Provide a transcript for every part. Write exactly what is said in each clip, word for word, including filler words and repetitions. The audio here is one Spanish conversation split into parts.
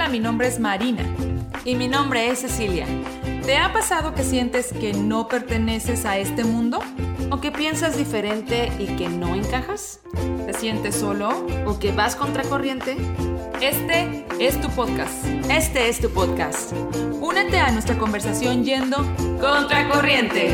mi nombre es Marina. Y mi nombre es Cecilia. ¿Te ha pasado que sientes que no perteneces a este mundo? ¿O que piensas diferente y que no encajas? ¿Te sientes solo? ¿O que vas contracorriente? Este es tu podcast. Este es tu podcast. Únete a nuestra conversación yendo contracorriente.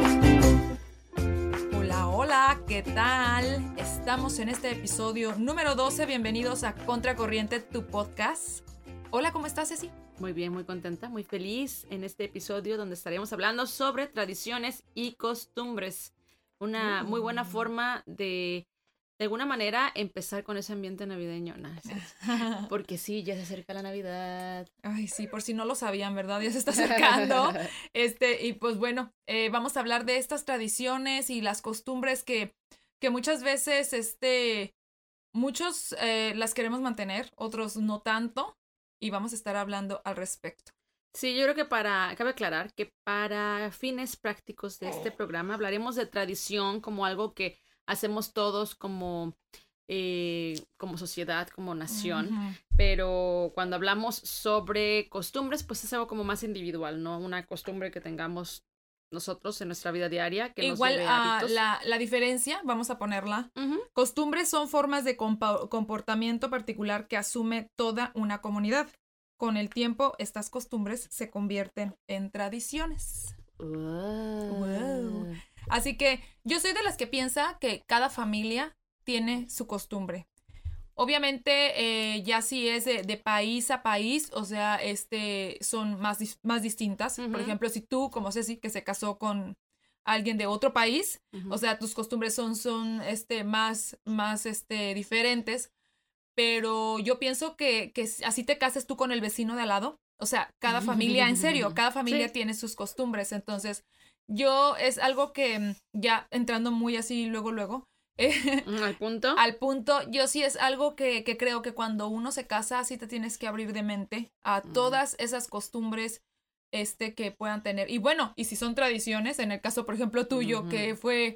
Hola, hola, ¿qué tal? Estamos en este episodio número doce. Bienvenidos a Contracorriente, tu podcast. Hola, ¿cómo estás, Ceci? Muy bien, muy contenta, muy feliz en este episodio donde estaremos hablando sobre tradiciones y costumbres. Una muy buena forma de, de alguna manera, empezar con ese ambiente navideño. ¿No? Porque sí, ya se acerca la Navidad. Ay, sí, por si no lo sabían, ¿verdad? Ya se está acercando. Este, y pues bueno, eh, vamos a hablar de estas tradiciones y las costumbres que, que muchas veces, este, muchos eh, las queremos mantener, otros no tanto. Y vamos a estar hablando al respecto. Sí, yo creo que para, cabe aclarar que para fines prácticos de este programa hablaremos de tradición como algo que hacemos todos como, eh, como sociedad, como nación, uh-huh. Pero cuando hablamos sobre costumbres, pues es algo como más individual, ¿no? Una costumbre que tengamos nosotros en nuestra vida diaria. Que Igual nos uh, la, la diferencia, vamos a ponerla, uh-huh. Costumbres son formas de compa- comportamiento particular que asume toda una comunidad. Con el tiempo, estas costumbres se convierten en tradiciones. Wow. Wow. Así que yo soy de las que piensa que cada familia tiene su costumbre. Obviamente, eh, ya si es de, de país a país, o sea, este, son más, más distintas. Uh-huh. Por ejemplo, si tú, como Ceci, que se casó con alguien de otro país, uh-huh. O sea, tus costumbres son, son este, más, más este, diferentes. Pero yo pienso que, que así te cases tú con el vecino de al lado. O sea, cada familia, en serio, cada familia sí. Tiene sus costumbres. Entonces, yo es algo que ya entrando muy así luego, luego. Eh, al punto. Al punto, yo sí es algo que, que creo que cuando uno se casa, sí te tienes que abrir de mente a todas esas costumbres este, que puedan tener. Y bueno, y si son tradiciones, en el caso, por ejemplo, tuyo, uh-huh. Que fue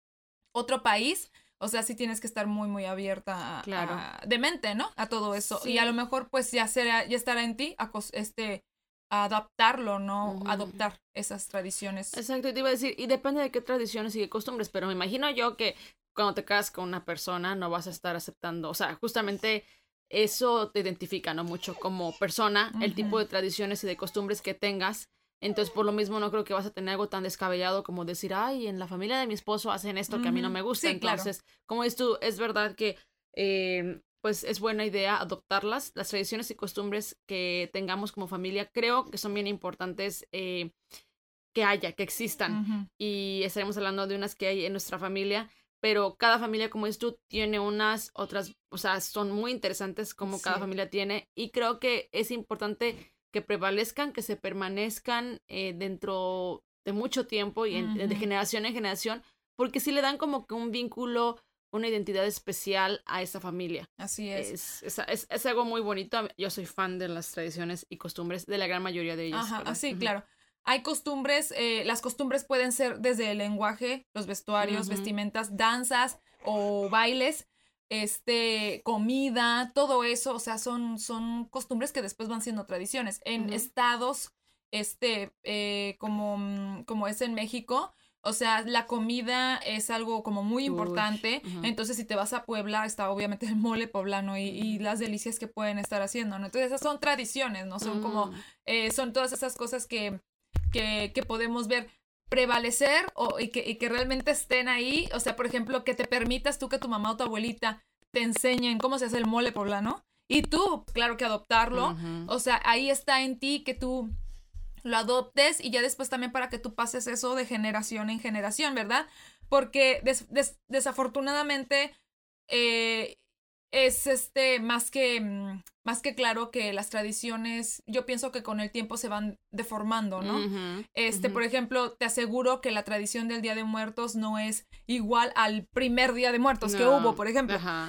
otro país, o sea, sí tienes que estar muy, muy abierta a, claro. a, de mente, ¿no? A todo eso. Sí. Y a lo mejor, pues, ya será, ya estará en ti a, este, a adaptarlo, ¿no? Uh-huh. Adoptar esas tradiciones. Exacto, y te iba a decir, y depende de qué tradiciones y qué costumbres, pero me imagino yo que cuando te casas con una persona no vas a estar aceptando, o sea, justamente eso te identifica, ¿no? Mucho como persona, uh-huh. El tipo de tradiciones y de costumbres que tengas. Entonces, por lo mismo, no creo que vas a tener algo tan descabellado como decir, ay, en la familia de mi esposo hacen esto uh-huh. Que a mí no me gusta. Sí, entonces, claro. Como es tú, es verdad que eh, pues es buena idea adoptarlas. Las tradiciones y costumbres que tengamos como familia, creo que son bien importantes eh, que haya, que existan. Uh-huh. Y estaremos hablando de unas que hay en nuestra familia, pero cada familia, como es tú, tiene unas, otras, o sea, son muy interesantes como sí. Cada familia tiene. Y creo que es importante que prevalezcan, que se permanezcan eh, dentro de mucho tiempo y en, uh-huh. De generación en generación, porque sí le dan como que un vínculo, una identidad especial a esa familia. Así es. Es, es, es, es algo muy bonito. Yo soy fan de las tradiciones y costumbres de la gran mayoría de ellas. Ajá, sí, uh-huh. Claro. Hay costumbres, eh, las costumbres pueden ser desde el lenguaje, los vestuarios, uh-huh. Vestimentas, danzas o bailes, este, comida, todo eso, o sea, son, son costumbres que después van siendo tradiciones. En uh-huh. Estados, este, eh, como, como es en México, o sea, la comida es algo como muy importante. Uy, uh-huh. Entonces, si te vas a Puebla, está obviamente el mole poblano y, y las delicias que pueden estar haciendo, ¿no? Entonces, esas son tradiciones, ¿no? Son uh-huh. Como, eh, son todas esas cosas que, que, que podemos ver prevalecer o, y, que, y que realmente estén ahí. O sea, por ejemplo, que te permitas tú que tu mamá o tu abuelita te enseñen cómo se hace el mole poblano y tú, claro que adoptarlo. Uh-huh. O sea, ahí está en ti que tú lo adoptes y ya después también para que tú pases eso de generación en generación, ¿verdad? Porque des, des, desafortunadamente eh, es este más que más que claro que las tradiciones, yo pienso que con el tiempo se van deformando, ¿no? Uh-huh, este, uh-huh. Por ejemplo, te aseguro que la tradición del Día de Muertos no es igual al primer Día de Muertos no. Que hubo, por ejemplo. Uh-huh.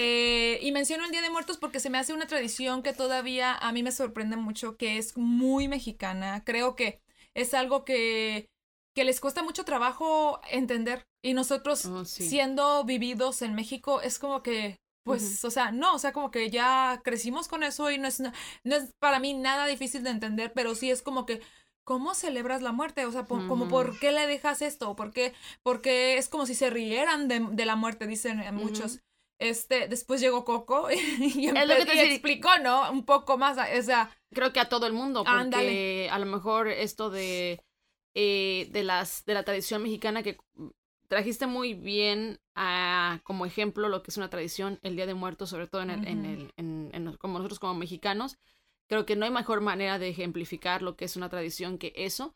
Eh, y menciono el Día de Muertos porque se me hace una tradición que todavía a mí me sorprende mucho, que es muy mexicana. Creo que es algo que, que les cuesta mucho trabajo entender. Y nosotros, oh, sí. Siendo vividos en México, es como que pues, uh-huh. o sea, no, o sea, como que ya crecimos con eso y no es, no, no es para mí nada difícil de entender, pero sí es como que, ¿cómo celebras la muerte? O sea, por, uh-huh. como, ¿por qué le dejas esto? ¿Por qué? Porque es como si se rieran de, de la muerte, dicen uh-huh. muchos. Este, después llegó Coco y, y, es lo que te y explicó, ¿no? Un poco más, o sea. Creo que a todo el mundo, porque ándale. a lo mejor esto de, eh, de, las, de la tradición mexicana que trajiste muy bien a, como ejemplo lo que es una tradición, el Día de Muertos, sobre todo en el, uh-huh. en el, en, en, como nosotros como mexicanos. Creo que no hay mejor manera de ejemplificar lo que es una tradición que eso.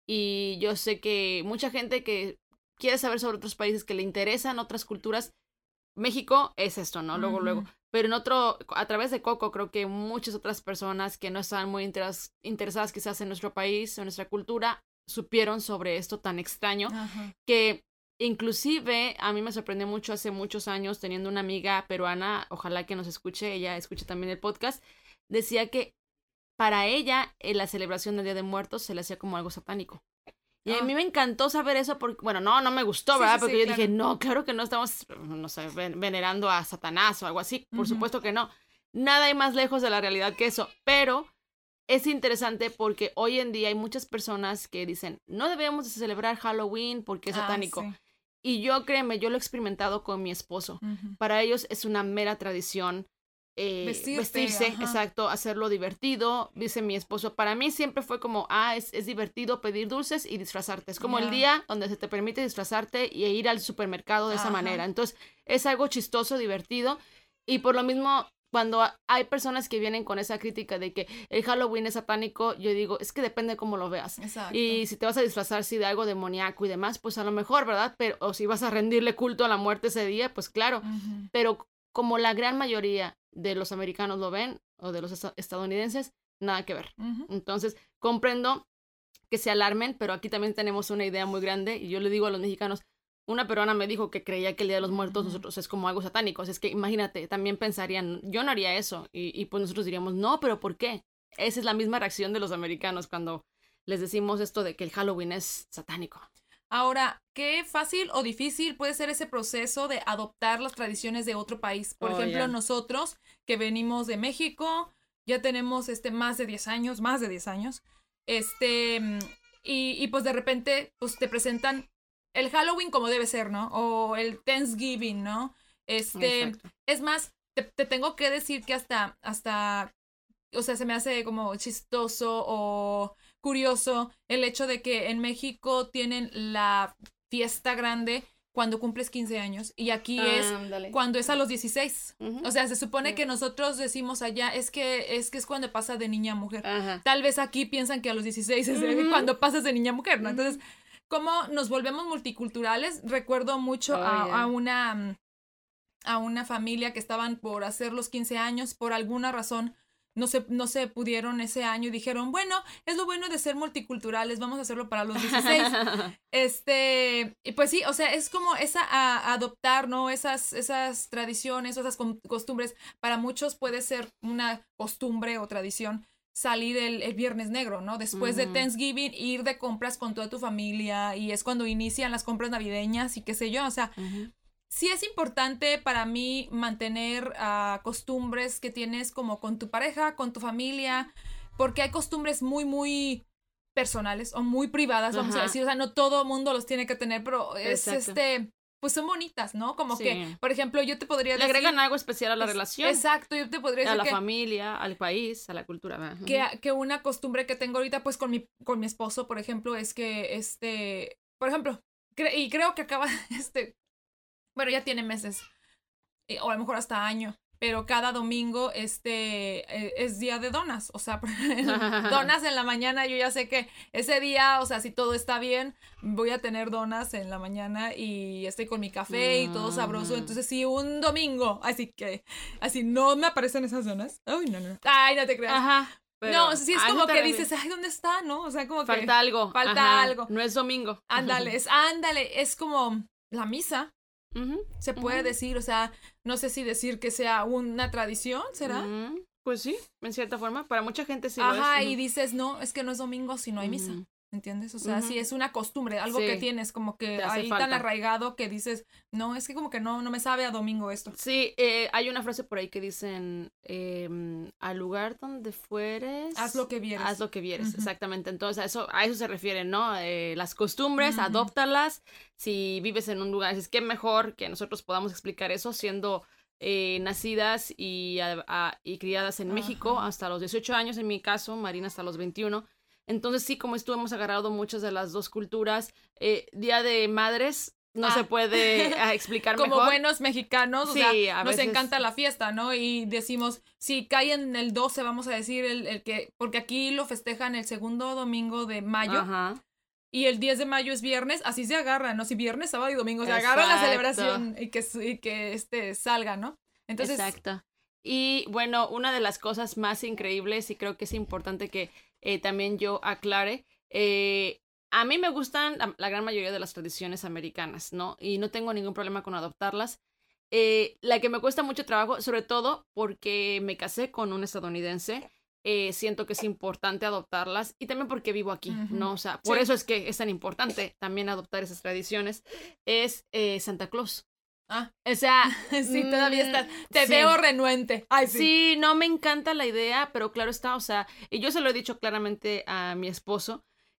Y yo sé que mucha gente que quiere saber sobre otros países, que le interesan otras culturas, México es esto, ¿no? Luego, uh-huh. luego. Pero en otro, a través de Coco, creo que muchas otras personas que no estaban muy interes, interesadas quizás en nuestro país, en nuestra cultura, supieron sobre esto tan extraño, uh-huh. que inclusive a mí me sorprendió mucho hace muchos años, teniendo una amiga peruana, ojalá que nos escuche, ella escuche también el podcast, decía que para ella eh, la celebración del Día de Muertos se le hacía como algo satánico. Y a mí me encantó saber eso porque, bueno, no, no me gustó, sí, ¿verdad? Sí, porque sí, yo claro. dije, no, claro que no estamos, no sé, venerando a Satanás o algo así. Por uh-huh. supuesto que no. Nada hay más lejos de la realidad que eso. Pero es interesante porque hoy en día hay muchas personas que dicen, no debemos de celebrar Halloween porque es satánico. Ah, sí. Y yo, créeme, yo lo he experimentado con mi esposo. Uh-huh. Para ellos es una mera tradición. Eh, Vestirte, vestirse, ajá. exacto, hacerlo divertido, dice mi esposo, para mí siempre fue como, ah, es, es divertido pedir dulces y disfrazarte, es como yeah. el día donde se te permite disfrazarte y ir al supermercado de ajá. esa manera, entonces es algo chistoso, divertido, y por lo mismo, cuando hay personas que vienen con esa crítica de que el Halloween es satánico, yo digo, es que depende de cómo lo veas, exacto. y si te vas a disfrazar sí, de algo demoníaco y demás, pues a lo mejor, ¿verdad? Pero, o si vas a rendirle culto a la muerte ese día, pues claro, uh-huh. pero como la gran mayoría de los americanos lo ven, o de los estadounidenses, nada que ver. Uh-huh. Entonces, comprendo que se alarmen, pero aquí también tenemos una idea muy grande, y yo le digo a los mexicanos, una peruana me dijo que creía que el Día de los Muertos uh-huh. nosotros es como algo satánico, o sea, es que imagínate, también pensarían, yo no haría eso, y, y pues nosotros diríamos, no, pero ¿por qué? Esa es la misma reacción de los americanos cuando les decimos esto de que el Halloween es satánico. Ahora, ¿qué fácil o difícil puede ser ese proceso de adoptar las tradiciones de otro país? Por oh, ejemplo, yeah. nosotros que venimos de México, ya tenemos este, más de diez años, más de diez años, este, y, y pues de repente pues te presentan el Halloween como debe ser, ¿no? O el Thanksgiving, ¿no? Este, exacto. Es más, te, te tengo que decir que hasta, hasta, o sea, se me hace como chistoso o curioso el hecho de que en México tienen la fiesta grande cuando cumples quince años y aquí ah, es dale. Cuando es a los dieciséis. Uh-huh. O sea, se supone uh-huh. que nosotros decimos allá es que es que es cuando pasa de niña a mujer. Uh-huh. Tal vez aquí piensan que a los dieciséis es uh-huh. cuando pasas de niña a mujer, ¿no? Uh-huh. Entonces, ¿cómo nos volvemos multiculturales? Recuerdo mucho oh, a, yeah. a una a una familia que estaban por hacer los quince años por alguna razón. No se, no se pudieron ese año y dijeron, bueno, es lo bueno de ser multiculturales, vamos a hacerlo para los dieciséis. este, y pues sí, o sea, es como esa a, adoptar, ¿no? Esas, esas tradiciones, esas costumbres. Para muchos puede ser una costumbre o tradición salir el, el Viernes Negro, ¿no? Después uh-huh. de Thanksgiving, ir de compras con toda tu familia y es cuando inician las compras navideñas y qué sé yo, o sea... Uh-huh. Sí es importante para mí mantener uh, costumbres que tienes como con tu pareja, con tu familia, porque hay costumbres muy, muy personales o muy privadas, vamos Ajá. a decir. O sea, no todo mundo los tiene que tener, pero es Exacto. este... pues son bonitas, ¿no? Como sí. que, por ejemplo, yo te podría decir... Le agregan algo especial a la es, relación. Exacto, yo te podría decir A la que, familia, al país, a la cultura. Que, que una costumbre que tengo ahorita, pues, con mi, con mi esposo, por ejemplo, es que, este... Por ejemplo, cre- y creo que acaba, este... Bueno, ya tiene meses, eh, o a lo mejor hasta año, pero cada domingo este eh, es día de donas, o sea, donas en la mañana, yo ya sé que ese día, o sea, si todo está bien, voy a tener donas en la mañana y estoy con mi café y todo sabroso, entonces sí, un domingo, así que, así no me aparecen esas donas, ay, no, no, ay, no te creas. Ajá. Pero, no, sí es como no que dices, ay, ¿dónde está? ¿No? O sea, como falta que... Falta algo. Falta Ajá. algo. No es domingo. Ándale, es, ándale, es como la misa. Uh-huh. Se puede uh-huh. decir, o sea, no sé si decir que sea una tradición, ¿será? Uh-huh. Pues sí, en cierta forma, para mucha gente sí Ajá, lo es. Uh-huh. Y dices, no, es que no es domingo si no hay misa. Uh-huh. ¿entiendes? O sea, Ujú. si es una costumbre, algo Sí. que tienes como que Te hace ahí tan falta. arraigado que dices, no, es que como que no, no me sabe a domingo esto. Sí, eh, hay una frase por ahí que dicen, em, al lugar donde fueres, Haz lo que vieres. haz lo que vieres, Ujú. exactamente. Entonces, a eso, a eso se refiere, ¿no? Eh, las costumbres, Ujú. adóptalas. Si vives en un lugar, es que mejor que nosotros podamos explicar eso siendo eh, nacidas y, a- a- y criadas en México Ajá. hasta los dieciocho años, en mi caso, Marina hasta los veintiuno. Entonces, sí, como esto hemos agarrado muchas de las dos culturas. Eh, Día de Madres no se Ah. puede ah, explicar Como mejor. buenos mexicanos, o Sí, sea, a nos veces. encanta la fiesta, ¿no? Y decimos, si cae en el doce, vamos a decir, el, el que, porque aquí lo festejan el segundo domingo de mayo, Ajá. y el diez de mayo es viernes, así se agarran, ¿no? Si viernes, sábado y domingo se agarran la Exacto. celebración y que, y que este, salga, ¿no? Entonces, Exacto. Y bueno, una de las cosas más increíbles, y creo que es importante que eh, también yo aclare, eh, a mí me gustan la, la gran mayoría de las tradiciones americanas, ¿no? Y no tengo ningún problema con adoptarlas. Eh, la que me cuesta mucho trabajo, sobre todo porque me casé con un estadounidense, eh, siento que es importante adoptarlas y también porque vivo aquí, Ujú. ¿no? O sea, por Sí. eso es que es tan importante también adoptar esas tradiciones, es eh, Santa Claus. ah, O sea, sí, todavía mm, estás, te sí. veo renuente. Ay, sí. Sí, no me encanta la idea, pero claro está, o sea, y yo se lo he dicho claramente a mi esposo,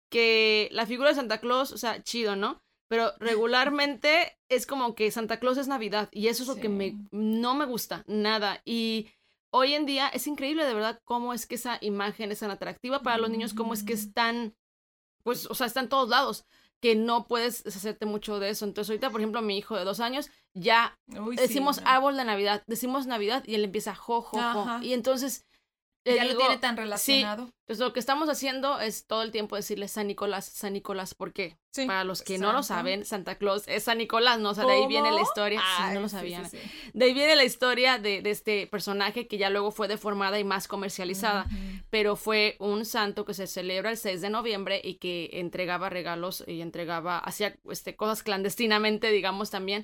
que la figura de Santa Claus, o sea, chido, ¿no? Pero regularmente es como que Santa Claus es Navidad y eso es lo que me, Sí. no me gusta, nada. Y hoy en día es increíble de verdad cómo es que esa imagen es tan atractiva para los niños, cómo es que es tan, pues, o sea, está en todos lados, que no puedes deshacerte mucho de eso. Entonces ahorita, por ejemplo, mi hijo de dos años ya Uy, sí, decimos ya. árbol de Navidad, decimos Navidad y él empieza jo, jo, jo. Ajá. Y entonces le Ya lo digo, tiene tan sí, relacionado. pues lo que estamos haciendo es todo el tiempo decirle San Nicolás, San Nicolás, ¿por qué? Sí. Para los que no lo Santa. saben, Santa Claus es San Nicolás, ¿no? O sea, de ahí viene la ¿Cómo? historia. Sí, no Ay, lo sí, sabían. sí, sí. De ahí viene la historia de, de este personaje que ya luego fue deformada y más comercializada, Ujú. pero fue un santo que se celebra el seis de noviembre y que entregaba regalos y entregaba, hacía este, cosas clandestinamente, digamos también,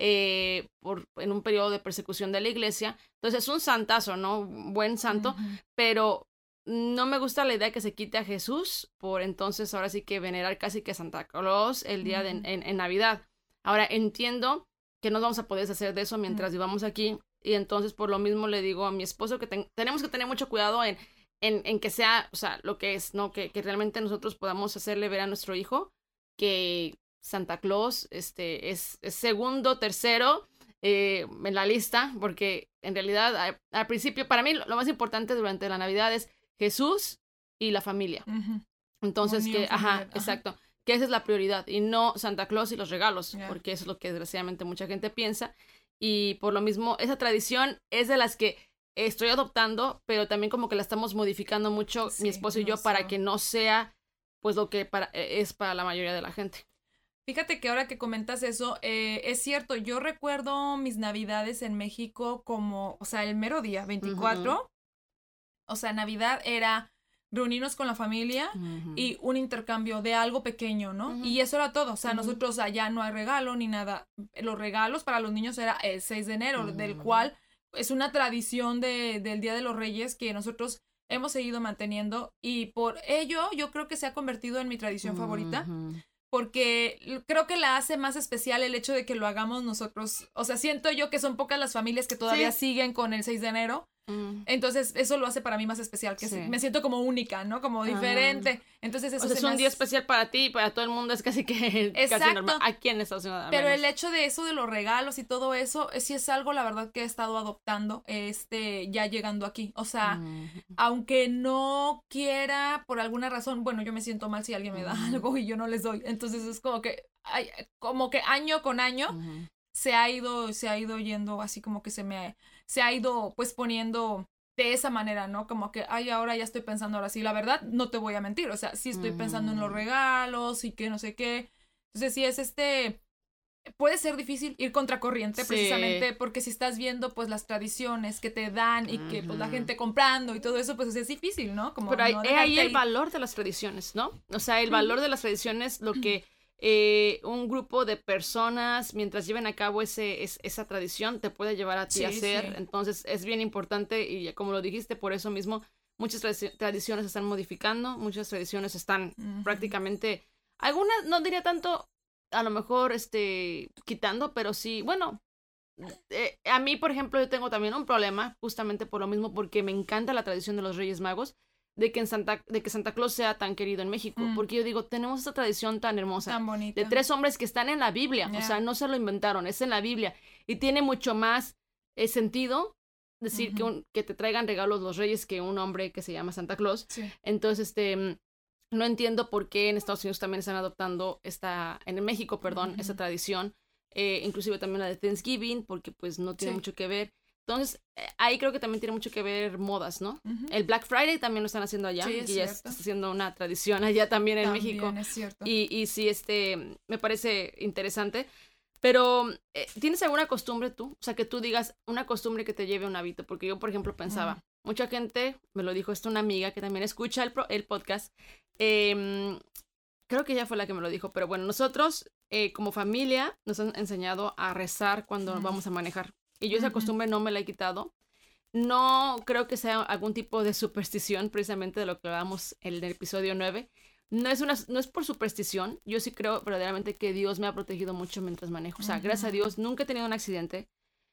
eh, por, en un periodo de persecución de la iglesia. Entonces es un santazo, ¿no? Un buen santo, Ujú. pero no me gusta la idea que se quite a Jesús por entonces ahora sí que venerar casi que a Santa Claus el día de Ujú. en, en Navidad. Ahora entiendo que no vamos a poder deshacer de eso mientras vivamos aquí y entonces por lo mismo le digo a mi esposo que ten- tenemos que tener mucho cuidado en, en, en que sea, o sea, lo que es, ¿no? Que, que realmente nosotros podamos hacerle ver a nuestro hijo que Santa Claus este, es, es segundo, tercero eh, en la lista, porque en realidad a- al principio, para mí lo, lo más importante durante la Navidad es Jesús y la familia. Ujú. Entonces, Unión que, ajá, familiar, ajá. exacto, que esa es la prioridad y no Santa Claus y los regalos, Ya. porque eso es lo que desgraciadamente mucha gente piensa y por lo mismo esa tradición es de las que estoy adoptando, pero también como que la estamos modificando mucho Sí, mi esposo y no yo para sé. que no sea pues lo que para, es para la mayoría de la gente. Fíjate que ahora que comentas eso, eh, es cierto, yo recuerdo mis navidades en México como, o sea, el mero día, veinticuatro, Ujú. o sea, Navidad era reunirnos con la familia Ujú. y un intercambio de algo pequeño, ¿no? Ujú. Y eso era todo, o sea, Ujú. nosotros allá no hay regalo ni nada. Los regalos para los niños era el seis de enero, Ujú. del cual es una tradición de, del Día de los Reyes que nosotros hemos seguido manteniendo y por ello yo creo que se ha convertido en mi tradición favorita. Ujú. Porque creo que la hace más especial el hecho de que lo hagamos nosotros. O sea, siento yo que son pocas las familias que todavía Sí. siguen con el seis de enero. Ujú. Entonces, eso lo hace para mí más especial, que Sí. me siento como única, ¿no? Como Ajá. diferente. Entonces, eso O sea, se es me un día hace- especial para ti y para todo el mundo es casi que casi Exacto. normal. Aquí en Estados Unidos. al Pero el menos. hecho de eso, de los regalos y todo eso, eh, sí es algo, la verdad, que he estado adoptando, este, ya llegando aquí. O sea, Ujú. aunque no quiera, por alguna razón, bueno, yo me siento mal si alguien me da Ujú. algo y yo no les doy. Entonces, es como que, ay, como que año con año, Ujú. se ha ido, se ha ido yendo así como que se me, se ha ido pues poniendo de esa manera, ¿no? Como que, ay, ahora ya estoy pensando ahora sí, la verdad, no te voy a mentir, o sea, sí estoy pensando en los Ujú. regalos y que no sé qué. Entonces sí es este, puede ser difícil ir contracorriente Sí. precisamente porque si estás viendo pues las tradiciones que te dan y que pues la Ujú. gente comprando y todo eso, pues es difícil, ¿no? Como Pero hay, no he ahí dejarte el ahí. valor de las tradiciones, ¿no? O sea, el valor de las tradiciones, lo que eh, un grupo de personas, mientras lleven a cabo ese, es- esa tradición, te puede llevar a ti Sí, a hacer. sí. Entonces, es bien importante y como lo dijiste, por eso mismo, muchas tra- tradiciones se están modificando, muchas tradiciones están Ujú. prácticamente, algunas no diría tanto, a lo mejor, este, quitando, pero sí, bueno, eh, a mí, por ejemplo, yo tengo también un problema, justamente por lo mismo, porque me encanta la tradición de los Reyes Magos, de que en Santa, de que Santa Claus sea tan querido en México, Mm. porque yo digo, tenemos esta tradición tan hermosa, Tan bonita. de tres hombres que están en la Biblia, o Ya. sea, no se lo inventaron, es en la Biblia, y tiene mucho más eh, sentido decir que, Ujú. un, que te traigan regalos los reyes que un hombre que se llama Santa Claus. Sí. Entonces, este, mm, no entiendo por qué en Estados Unidos también están adoptando esta, en México, perdón, Ujú. esa tradición, eh, inclusive también la de Thanksgiving, porque pues no tiene Sí. mucho que ver. Entonces, eh, ahí creo que también tiene mucho que ver modas, ¿no? Ujú. El Black Friday también lo están haciendo allá, Sí, que es ya cierto. está siendo una tradición allá también en También México. es cierto. Y, y sí, este, me parece interesante. Pero, eh, ¿tienes alguna costumbre tú? O sea, que tú digas una costumbre que te lleve a un hábito. Porque yo, por ejemplo, pensaba, Mm. mucha gente, me lo dijo esta una amiga que también escucha el, pro- el podcast. eh, creo que ella fue la que me lo dijo. Pero bueno, nosotros, eh, como familia, nos han enseñado a rezar cuando Mm. vamos a manejar. Y yo esa Ujú. costumbre no me la he quitado. No creo que sea algún tipo de superstición, precisamente de lo que hablábamos en el episodio nueve. No es, una, no es por superstición. Yo sí creo verdaderamente que Dios me ha protegido mucho mientras manejo. O sea, gracias a Ujú. Dios, nunca he tenido un accidente.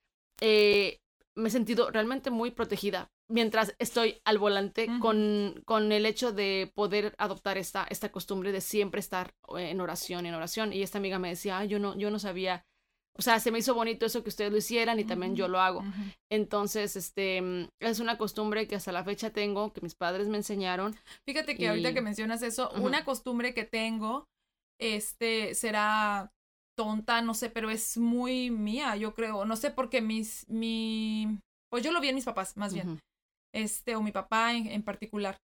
Eh, me he sentido realmente muy protegida mientras estoy al volante Ujú. con, con el hecho de poder adoptar esta, esta costumbre de siempre estar en oración, en oración. Y esta amiga me decía, ah, yo no, yo no sabía. O sea, se me hizo bonito eso que ustedes lo hicieran y también yo lo hago. Ujú. Entonces, este, mm, es una costumbre que hasta la fecha tengo, que mis padres me enseñaron. Fíjate que Y- ahorita que mencionas eso, Ujú. una costumbre que tengo, este, será tonta, no sé, pero es muy mía, yo creo. No sé porque mis, mi, pues yo lo vi en mis papás, más bien. Ujú. Este, o mi papá en, en particular.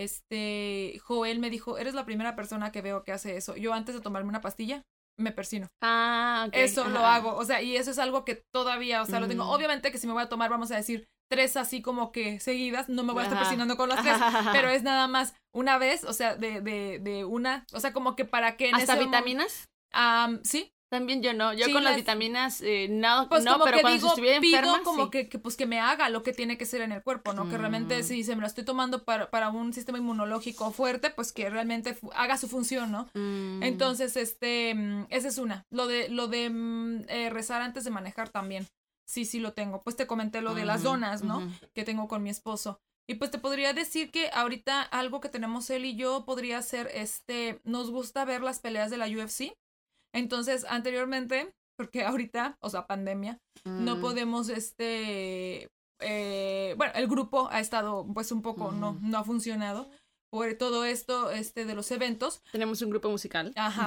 Este, Joel me dijo, eres la primera persona que veo que hace eso. Yo antes de tomarme una pastilla, me persino. Ah, ok. Eso lo Ajá. hago, o sea, y eso es algo que todavía, o sea, lo tengo. Mm. Obviamente que si me voy a tomar, vamos a decir, tres así como que seguidas, no me voy a estar Ajá. persinando con las tres, pero es nada más una vez, o sea, de, de, de una, o sea, como que para que en ¿Hasta ese mo- vitaminas? Am, sí, También yo no. Yo Sí, con las las- vitaminas, eh, no, pues no, como pero que cuando digo, estuviera pido enferma, como sí. que, que, pues que me haga lo que tiene que ser en el cuerpo, ¿no? Que realmente Mm. si se me lo estoy tomando para, para un sistema inmunológico fuerte, pues que realmente fu- haga su función, ¿no? Mm. Entonces, este, mm, esa es una. Lo de, lo de mm, eh, rezar antes de manejar también. Sí, sí lo tengo. Pues te comenté lo de las Ujú, donas, ¿no? ujú. Que tengo con mi esposo. Y pues te podría decir que ahorita algo que tenemos él y yo podría ser, este, nos gusta ver las peleas de la U F C. Entonces, anteriormente, porque ahorita, o sea, pandemia, no Mm. podemos, este, eh, bueno, el grupo ha estado, pues, un poco, no, Ujú. no ha funcionado por todo esto, este, de los eventos. Tenemos un grupo musical. Ajá.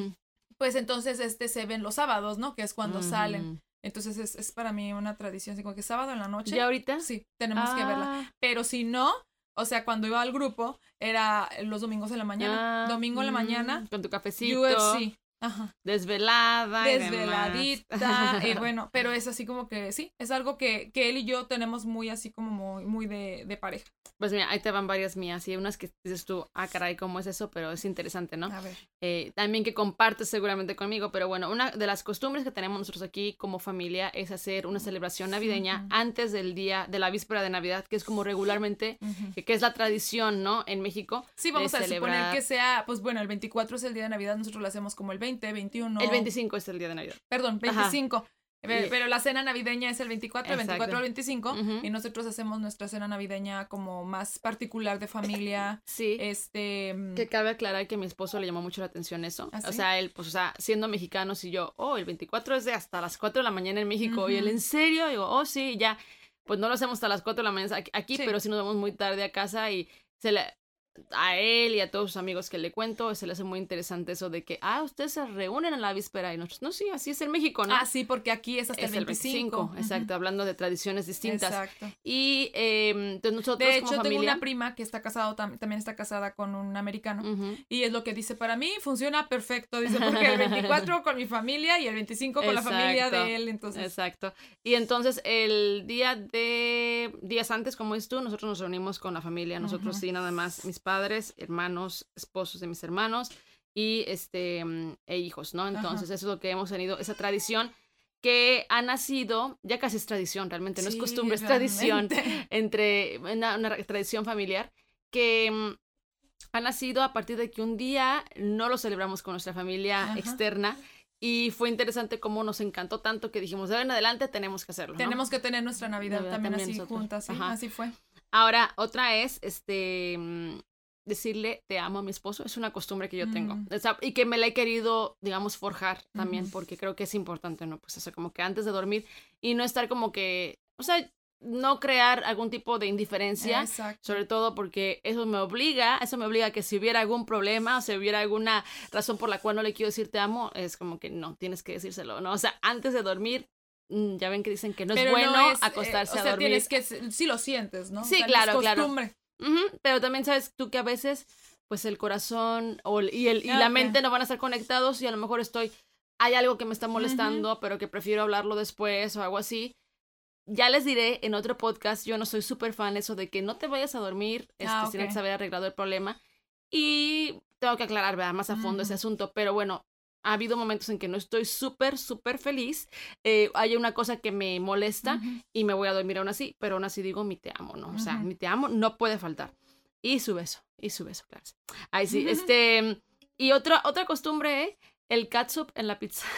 Pues entonces, este, se ven los sábados, ¿no? Que es cuando Ujú. salen. Entonces, es, es para mí una tradición, así como que sábado en la noche. ¿Ya ahorita? Sí, tenemos que verla. Ah. Pero si no, o sea, cuando iba al grupo, era los domingos en la mañana. Ah, Domingo en la mm, mañana, Con tu cafecito. U F C. Ajá. Desvelada. y demás. Desveladita. Y bueno, pero es así como que sí, es algo que, que él y yo tenemos muy así como muy, muy de, de pareja. Pues mira, ahí te van varias mías. Y hay unas que dices tú, ah, caray, ¿cómo es eso? Pero es interesante, ¿no? A ver. Eh, también que compartes seguramente conmigo, pero bueno, una de las costumbres que tenemos nosotros aquí como familia es hacer una celebración navideña Ujú. antes del día, de la víspera de Navidad, que es como regularmente, Ujú. que, que es la tradición, ¿no? En México. Sí, vamos de a suponer celebrar- que sea, pues bueno, el veinticuatro es el día de Navidad, nosotros lo hacemos como el veinte, veintiuno. El veinticinco es el día de Navidad. Perdón, Ajá. veinticinco. Pe- Y- Pero la cena navideña es el veinticuatro, el Exacto. veinticuatro al veinticinco. Ujú. Y nosotros hacemos nuestra cena navideña como más particular de familia. Sí. Este. mm, Que cabe aclarar que a mi esposo le llamó mucho la atención eso. ¿Ah, O sí? sea, él, pues, o sea, siendo mexicanos y yo, oh, el veinticuatro es de hasta las cuatro de la mañana en México. Y él, Ujú. ¿en serio? Digo, oh, sí, ya. Pues no lo hacemos hasta las cuatro de la mañana aquí, aquí, Sí. pero sí nos vamos muy tarde a casa y se le... A él y a todos sus amigos que le cuento, se le hace muy interesante eso de que, ah, ustedes se reúnen en la víspera y nosotros, no, sí, así es en México, ¿no? Ah, sí, porque aquí es hasta es el veinticinco. Ujú. exacto, hablando de tradiciones distintas. Exacto. Y eh, entonces nosotros De como hecho, tengo familia... una prima que está casado, tam- también está casada con un americano. Ujú. Y es lo que dice, para mí funciona perfecto. Dice, porque el veinticuatro con mi familia y el veinticinco con la familia Exacto. de él. Entonces, Exacto. Y entonces el día de días antes, como dices tú, nosotros nos reunimos con la familia, nosotros Ujú. sí, nada más, mis padres, hermanos, esposos de mis hermanos y este mm, e hijos, ¿no? Entonces Ajá. eso es lo que hemos tenido, esa tradición que ha nacido, ya casi es tradición realmente, no Sí, es costumbre, es realmente. tradición, entre una, una tradición familiar, que mm, ha nacido a partir de que un día no lo celebramos con nuestra familia Ajá. externa y fue interesante cómo nos encantó tanto que dijimos, de ahora en adelante tenemos que hacerlo, ¿no? Tenemos que tener nuestra Navidad Navidad también, también así nosotros. juntas, sí, Ajá. así fue. Ahora, otra es, este, mm, decirle te amo a mi esposo, es una costumbre que yo tengo, Mm. o sea, y que me la he querido, digamos, forjar también, Ujú. porque creo que es importante, ¿no? Pues eso, como que antes de dormir y no estar como que, o sea, no crear algún tipo de indiferencia, Exacto. sobre todo porque eso me obliga, eso me obliga a que si hubiera algún problema, o si hubiera alguna razón por la cual no le quiero decir te amo, es como que no, tienes que decírselo, ¿no? O sea, antes de dormir, mm, ya ven que dicen que no es Pero bueno no es, eh, acostarse o sea, a dormir. tienes que, sí lo sientes, ¿no? Sí, O sea, claro, es claro. costumbre. Ujú, pero también sabes tú que a veces, pues el corazón o, el- y, el, y Ah, la ok. mente no van a estar conectados y a lo mejor estoy, hay algo que me está molestando, pero que prefiero hablarlo después o algo así. Ya les diré en otro podcast, yo no soy súper fan eso de que no te vayas a dormir este, Ah, sin ok. antes haber arreglado el problema. Y tengo que aclarar, ¿verdad? Más a fondo ese Ujú. asunto, pero bueno, ha habido momentos en que no estoy súper, súper feliz. Eh, hay una cosa que me molesta Ujú. y me voy a dormir aún así, pero aún así digo mi te amo, ¿no? O sea, Ujú. mi te amo no puede faltar. Y su beso, y su beso, claro. Ay, sí, este... Y otra, otra costumbre, ¿eh? El catsup en la pizza.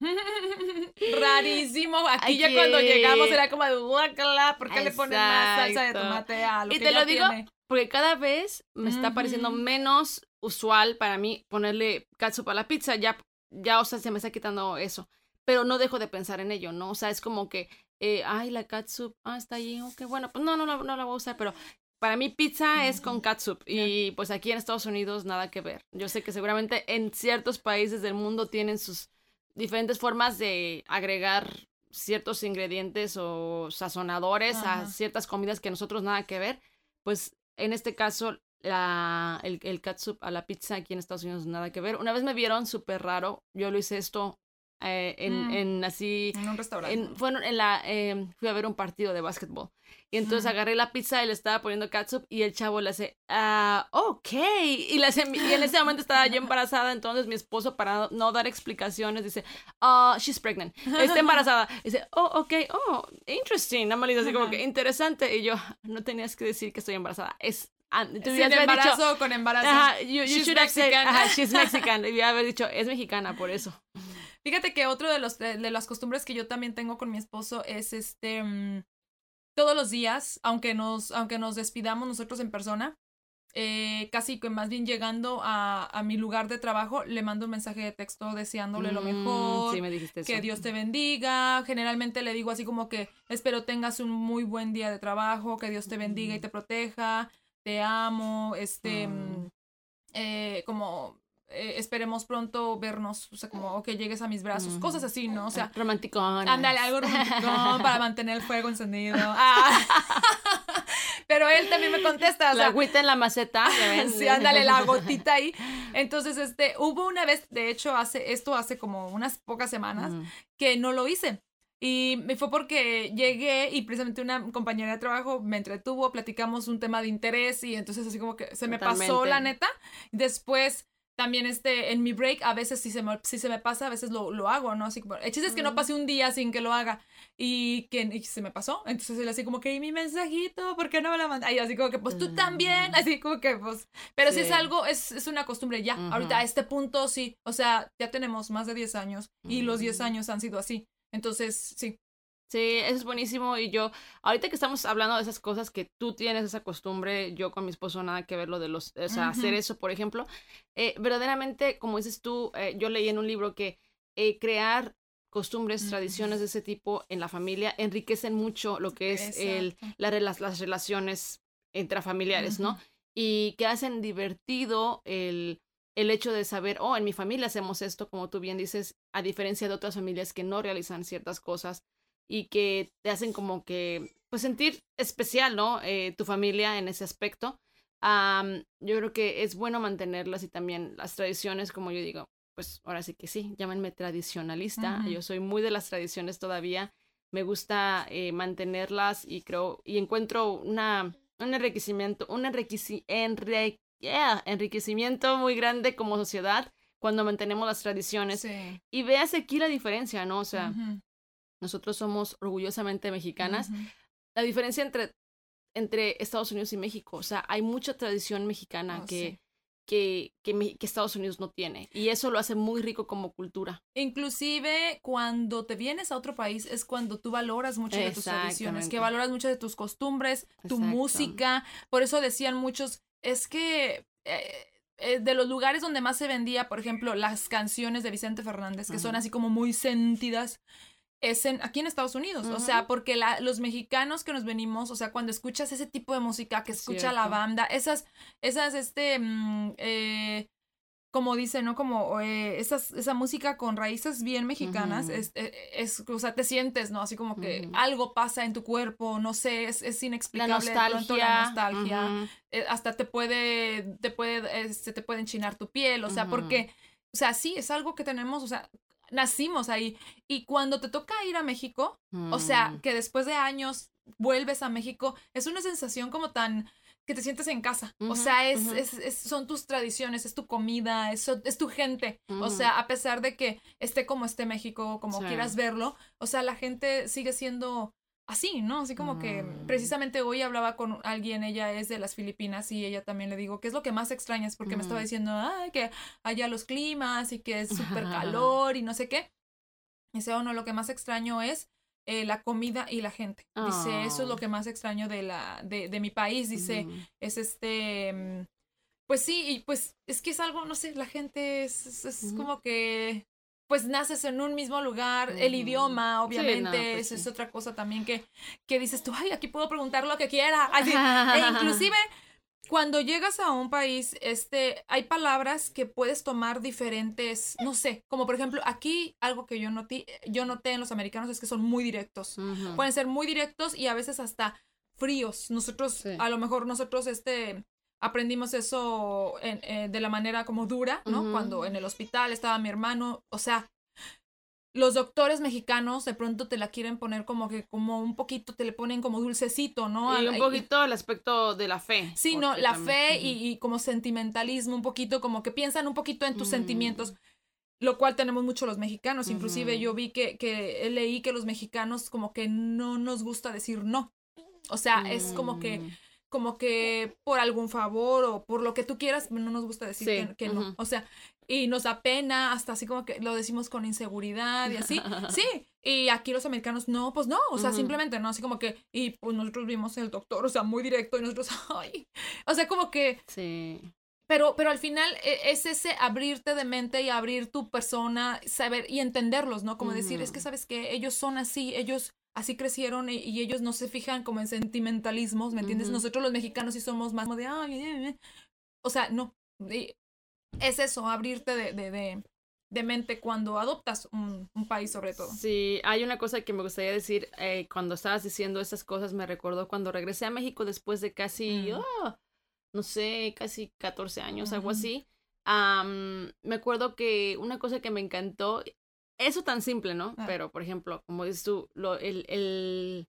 Rarísimo. Aquí ya Aquí. cuando llegamos era como de guacala, ¿por qué le ponen más salsa de Exacto. tomate a lo Y que te ya lo digo tiene? porque cada vez me está Ujú. pareciendo menos usual para mí ponerle catsup a la pizza. Ya, ya, o sea, se me está quitando eso. Pero no dejo de pensar en ello, ¿no? O sea, es como que, eh, ay, la catsup, ah, está allí, ok, bueno, pues no, no, la- no la voy a usar, pero para mí pizza es con Ujú. catsup. Ya. Y pues aquí en Estados Unidos nada que ver. Yo sé que seguramente en ciertos países del mundo tienen sus diferentes formas de agregar ciertos ingredientes o sazonadores a Ajá. ciertas comidas que nosotros nada que ver. Pues en este caso, la, el, el catsup a la pizza aquí en Estados Unidos nada que ver. Una vez me vieron súper raro. Yo lo hice esto eh, en, Mm. en así. En un restaurante. En, fue en la, eh, fui a ver un partido de básquetbol. Y entonces Mm. agarré la pizza y le estaba poniendo catsup y el chavo le hace, ah, ok. Y, le hace- y en ese momento estaba yo embarazada, entonces mi esposo, para no dar explicaciones, dice, ah, she's pregnant. Está embarazada. Y dice, oh, ok, oh, interesting. Nada más le dice así como que interesante. Y yo, no tenías que decir que estoy embarazada. Es, ah, tú Sin debías haber dicho, embarazo o con embarazo. ajá, you, you She's should have said, Mexican. ajá, she's Mexican. Debía haber dicho, es mexicana, por eso. Fíjate que otro de los de, de las costumbres que yo también tengo con mi esposo es este mm, todos los días, aunque nos, aunque nos despidamos nosotros en persona, eh, casi que más bien llegando a, a mi lugar de trabajo, le mando un mensaje de texto deseándole lo Mm, mejor, sí, me dijiste eso. que Dios te bendiga. Generalmente le digo así como que espero tengas un muy buen día de trabajo, que Dios te bendiga y te proteja, te amo, este, Mm. eh, como eh, esperemos pronto vernos, o sea, como o que llegues a mis brazos, Mm. cosas así, ¿no? O sea, romanticón. ándale, algo romanticón para mantener el fuego encendido. Ah. Pero él también me contesta, o La sea, agüita en la maceta. ¿ya ven? sí, ándale, la gotita ahí. Entonces, este, hubo una vez, de hecho, hace, esto hace como unas pocas semanas, Mm. que no lo hice. Y me fue porque llegué y precisamente una compañera de trabajo me entretuvo, platicamos un tema de interés y entonces así como que se me pasó Totalmente. la neta. Después también este, en mi break a veces si se me, si se me pasa, a veces lo, lo hago, ¿no? Así como, el chiste es que no Mm. pase un día sin que lo haga y que y se me pasó. Entonces él así como que, ¿y mi mensajito? ¿Por qué no me lo mandas? Y así como que, pues tú también, así como que, pues, pero sí, Sí. es algo, es, es una costumbre ya. Ujú. Ahorita a este punto sí, o sea, ya tenemos más de diez años y los diez Mm. años han sido así. Entonces, sí. Sí, eso es buenísimo. Y yo, ahorita que estamos hablando de esas cosas que tú tienes esa costumbre, yo con mi esposo nada que ver lo de los, o sea, Ujú. hacer eso, por ejemplo, eh, verdaderamente, como dices tú, eh, yo leí en un libro que eh, crear costumbres, Ujú. tradiciones de ese tipo en la familia enriquecen mucho lo que es el, Exacto. la rela- las relaciones intrafamiliares, ¿no? Ujú. Y que hacen divertido el, el hecho de saber, oh, en mi familia hacemos esto, como tú bien dices, a diferencia de otras familias que no realizan ciertas cosas y que te hacen como que, pues sentir especial, ¿no? Eh, tu familia en ese aspecto. Am, yo creo que es bueno mantenerlas y también las tradiciones, como yo digo, pues ahora sí que sí, llámenme tradicionalista. Ujú. Yo soy muy de las tradiciones todavía. Me gusta eh, mantenerlas y creo, y encuentro una, un enriquecimiento, un enriqueci- enre- yeah, enriquecimiento muy grande como sociedad cuando mantenemos las tradiciones. Sí. Y veas aquí la diferencia, ¿no? O sea, Ujú. nosotros somos orgullosamente mexicanas. Uh-huh. La diferencia entre, entre Estados Unidos y México, o sea, hay mucha tradición mexicana Oh, que, sí. que, que, que Estados Unidos no tiene, y eso lo hace muy rico como cultura. Inclusive cuando te vienes a otro país es cuando tú valoras mucho de tus tradiciones, que valoras mucho de tus costumbres, tu Exacto. música. Por eso decían muchos, es que eh, eh, de los lugares donde más se vendía, por ejemplo, las canciones de Vicente Fernández, que uh-huh. son así como muy sentidas, es en, aquí en Estados Unidos. Uh-huh. O sea, porque la, los mexicanos que nos venimos, o sea, cuando escuchas ese tipo de música, que es escucha cierto. la banda, esas, esas, este, mm, eh, como dice, ¿no? Como eh, esas, esa música con raíces bien mexicanas, uh-huh. es, es, es, o sea, te sientes, ¿no? Así como que uh-huh. algo pasa en tu cuerpo, no sé, es, es inexplicable. La nostalgia. De pronto la nostalgia. Uh-huh. Eh, hasta te puede, te puede, eh, se te puede enchinar tu piel, o sea, uh-huh. porque, o sea, sí, es algo que tenemos, o sea, nacimos ahí. Y cuando te toca ir a México, uh-huh. o sea, que después de años vuelves a México, es una sensación como tan... que te sientes en casa, uh-huh, o sea, es, uh-huh. es, es, son tus tradiciones, es tu comida, es, es tu gente, uh-huh. o sea, a pesar de que esté como esté México, como sí. quieras verlo, o sea, la gente sigue siendo así, ¿no? Así como uh-huh. que precisamente hoy hablaba con alguien, ella es de las Filipinas y ella también le digo, ¿qué es lo que más extrañas? Porque uh-huh. me estaba diciendo, ay, que allá los climas y que es súper calor y no sé qué. Y dice, oh, no, lo que más extraño es Eh, la comida y la gente. Dice, oh. eso es lo que más extraño de la de, de mi país. Dice, mm. es este... Pues sí, y pues es que es algo, no sé, la gente es, es, es mm. como que... Pues naces en un mismo lugar, mm. el idioma, obviamente, sí, no, pues, es, sí. es otra cosa también que, que dices tú, ay, aquí puedo preguntar lo que quiera. Así, e inclusive... Cuando llegas a un país, este, hay palabras que puedes tomar diferentes, no sé, como por ejemplo, aquí algo que yo noté, yo noté en los americanos es que son muy directos. Uh-huh. Pueden ser muy directos y a veces hasta fríos. Nosotros, sí. a lo mejor nosotros, este, aprendimos eso en, eh, de la manera como dura, ¿no? Uh-huh. Cuando en el hospital estaba mi hermano, o sea, los doctores mexicanos de pronto te la quieren poner como que como un poquito, te le ponen como dulcecito, ¿no? Y un poquito y, el aspecto de la fe. Sí, no, la también, fe uh-huh. y, y como sentimentalismo, un poquito, como que piensan un poquito en tus uh-huh. sentimientos, lo cual tenemos mucho los mexicanos. Uh-huh. Inclusive yo vi que, que leí que los mexicanos como que no nos gusta decir no. O sea, uh-huh. es como que como que por algún favor o por lo que tú quieras, no nos gusta decir sí. que, que uh-huh. no. O sea, y nos da pena, hasta así como que lo decimos con inseguridad y así. Sí, y aquí los americanos, no, pues no, o sea, uh-huh. simplemente no, así como que, y pues nosotros vimos el doctor, o sea, muy directo, y nosotros, ay, o sea, como que... Sí. Pero, pero al final es ese abrirte de mente y abrir tu persona, saber y entenderlos, ¿no? Como uh-huh. decir, es que, ¿sabes qué? Ellos son así, ellos... así crecieron y, y ellos no se fijan como en sentimentalismos, ¿me entiendes? Uh-huh. Nosotros los mexicanos sí somos más como de, ay, eh, eh. O sea, no. Y es eso, abrirte de, de, de, de mente cuando adoptas un, un país sobre todo. Sí, hay una cosa que me gustaría decir, eh, cuando estabas diciendo esas cosas me recordó cuando regresé a México después de casi, uh-huh. oh, no sé, casi catorce años, uh-huh. algo así. Um, me acuerdo que una cosa que me encantó, eso tan simple, ¿no? Ah. Pero, por ejemplo, como dices tú, lo, el, el,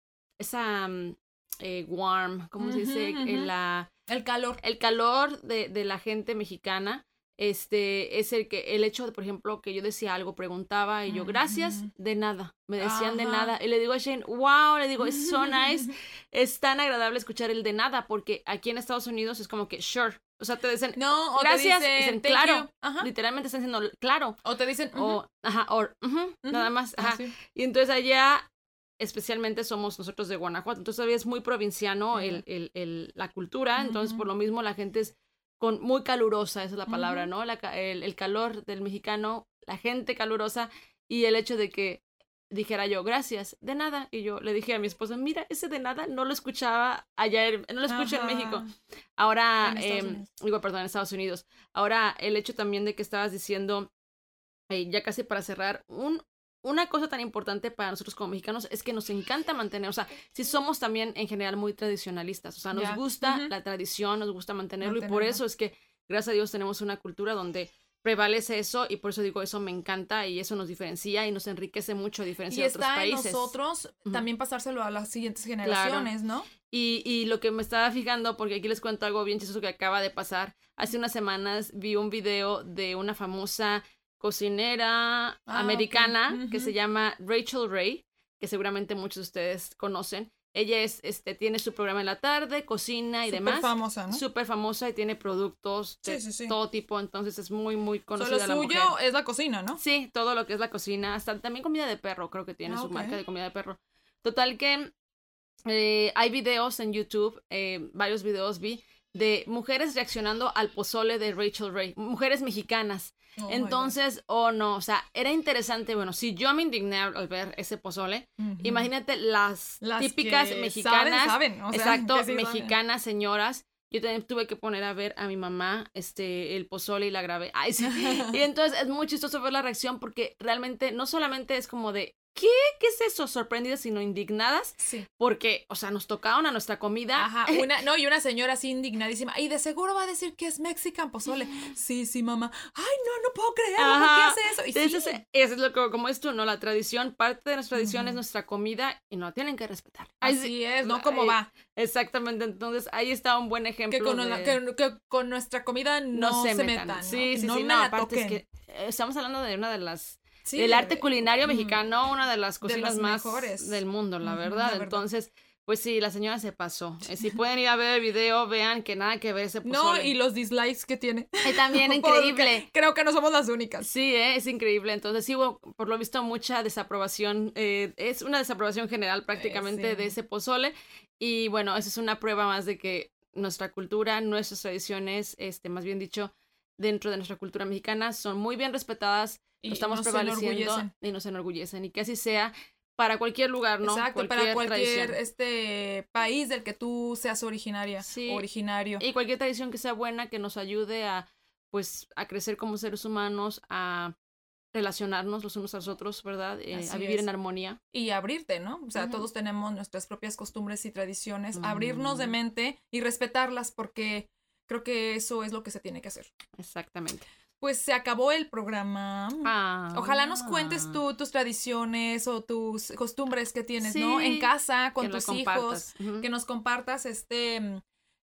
esa um, eh, warm, ¿cómo uh-huh, se dice? Uh-huh. El, la, el calor. El calor de, de la gente mexicana, este, es el que, el hecho de, por ejemplo, que yo decía algo, preguntaba, y yo, gracias, uh-huh. de nada. Me decían uh-huh. de nada. Y le digo a Shane, wow, le digo, es so nice. Es tan agradable escuchar el de nada, porque aquí en Estados Unidos es como que, sure. O sea, te dicen, no, o gracias, te dicen, dicen, claro, literalmente están diciendo, claro. O te dicen, uh-huh. o, ajá, o, uh-huh, uh-huh. nada más, ajá. Ah, sí. Y entonces allá, especialmente somos nosotros de Guanajuato, entonces todavía es muy provinciano uh-huh. el, el, el, la cultura, uh-huh. entonces por lo mismo la gente es con, muy calurosa, esa es la palabra, uh-huh. ¿no? La, el, el calor del mexicano, la gente calurosa, y el hecho de que dijera yo, gracias, de nada. Y yo le dije a mi esposa, mira, ese de nada no lo escuchaba allá, no lo escucho Ajá. en México. Ahora, eh, digo, perdón, en Estados Unidos. Ahora, el hecho también de que estabas diciendo, eh, ya casi para cerrar, un, una cosa tan importante para nosotros como mexicanos es que nos encanta mantener, o sea, si somos también en general muy tradicionalistas, o sea, nos yeah. gusta uh-huh. la tradición, nos gusta mantenerlo, mantenerlo, y por eso es que, gracias a Dios, tenemos una cultura donde prevalece eso, y por eso digo, eso me encanta y eso nos diferencia y nos enriquece mucho a diferencia de otros países. Y está en nosotros uh-huh. también pasárselo a las siguientes generaciones, claro. ¿no? Y, y lo que me estaba fijando, porque aquí les cuento algo bien chistoso que acaba de pasar, hace unas semanas vi un video de una famosa cocinera Ah, americana ok. que Ujú. se llama Rachel Ray, que seguramente muchos de ustedes conocen. Ella es, este, tiene su programa en la tarde, cocina y Súper demás. famosa, ¿no? Súper famosa y tiene productos de Sí, sí, sí. todo tipo, entonces es muy, muy So, conocida lo la suyo mujer. es la cocina, ¿no? Sí, todo lo que es la cocina, hasta también comida de perro, creo que tiene Ah, su ok. marca de comida de perro. Total que eh, hay videos en YouTube, eh, varios videos vi, de mujeres reaccionando al pozole de Rachel Ray, mujeres mexicanas. Oh, my Entonces, oh no, o sea, era interesante, bueno, si yo me indigné al ver ese pozole, God. Ujú. imagínate las, Las típicas que mexicanas, saben, saben, o sea, exacto, que sí saben. mexicanas señoras. Yo también tuve que poner a ver a mi mamá este el pozole y la grabé. Ay, sí. Y entonces es muy chistoso ver la reacción porque realmente no solamente es como de ¿qué? ¿Qué es eso? Sorprendidas, sino indignadas. Sí. Porque, o sea, nos tocaron a nuestra comida. Ajá, una, no, y una señora así indignadísima. Y de seguro va a decir que es Mexican pozole. Sí, sí, mamá. Ay, no, no puedo creerlo. ¿Por qué hace eso? Y Eso sí. es, eso es lo que, como es tú, ¿no? La tradición, parte de nuestra tradición Ujú. es nuestra comida y no tienen que respetar. Ay, Así sí. es, ¿no? Como Ay, va. Exactamente, entonces ahí está un buen ejemplo. Que con, de... la- que, que con nuestra comida no, no se, se metan. metan. ¿no? Sí, sí, no sí, me no, la aparte es toquen. que eh, estamos hablando de una de las Sí, del arte de- culinario mm, mexicano, una de las de cocinas las más mejores. del mundo, la Ujú, verdad. la verdad. Entonces, pues sí, la señora se pasó. Eh, Si pueden ir a ver el video, vean que nada que ver ese No, pozole. y los dislikes que tiene. Y también Porque increíble. Creo que no somos las únicas. Sí, eh, es increíble. Entonces sí hubo, por lo visto, mucha desaprobación. Eh, es una desaprobación general prácticamente Eh, sí. de ese pozole. Y bueno, eso es una prueba más de que nuestra cultura, nuestras tradiciones, este, más bien dicho, dentro de nuestra cultura mexicana, son muy bien respetadas. Y Lo estamos nos prevaleciendo enorgullecen. y nos enorgullecen. Y que así sea para cualquier lugar, ¿no? Exacto, para cualquier tradición. este país del que tú seas originaria Sí. o originario. Y cualquier tradición que sea buena, que nos ayude a, pues, a crecer como seres humanos, a relacionarnos los unos a los otros, ¿verdad? Eh, Así a vivir es. en armonía. Y abrirte, ¿no? O sea, Ujú. todos tenemos nuestras propias costumbres y tradiciones. Abrirnos de Mm. mente y respetarlas porque creo que eso es lo que se tiene que hacer. Exactamente. Pues se acabó el programa. Ah. Ojalá nos cuentes tú tus tradiciones o tus costumbres que tienes, ¿no? Sí, En casa, con que lo tus hijos, compartas. Ujú. que nos compartas, este, mm,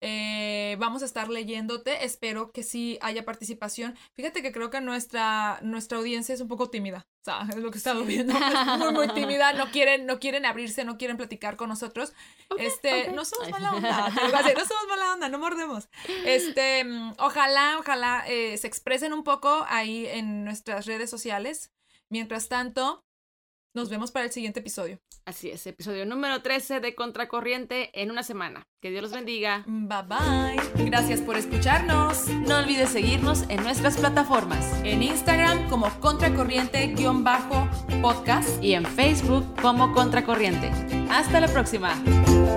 eh, vamos a estar leyéndote, espero que sí haya participación. Fíjate que creo que nuestra, nuestra audiencia es un poco tímida, o sea, es lo que he estado Sí. viendo, es muy, muy tímida, no quieren, no quieren abrirse, no quieren platicar con nosotros, Ok, este, ok. no somos Ay. mala onda, te lo voy a decir, no somos mala onda, no mordemos, este, mm, ojalá, ojalá eh, se expresen un poco ahí en nuestras redes sociales, mientras tanto, nos vemos para el siguiente episodio. Así es, episodio número trece de Contracorriente en una semana. Que Dios los bendiga. Bye bye. Gracias por escucharnos. No olvides seguirnos en nuestras plataformas En Instagram como contracorriente-podcast. y en Facebook como Contracorriente. Hasta la próxima.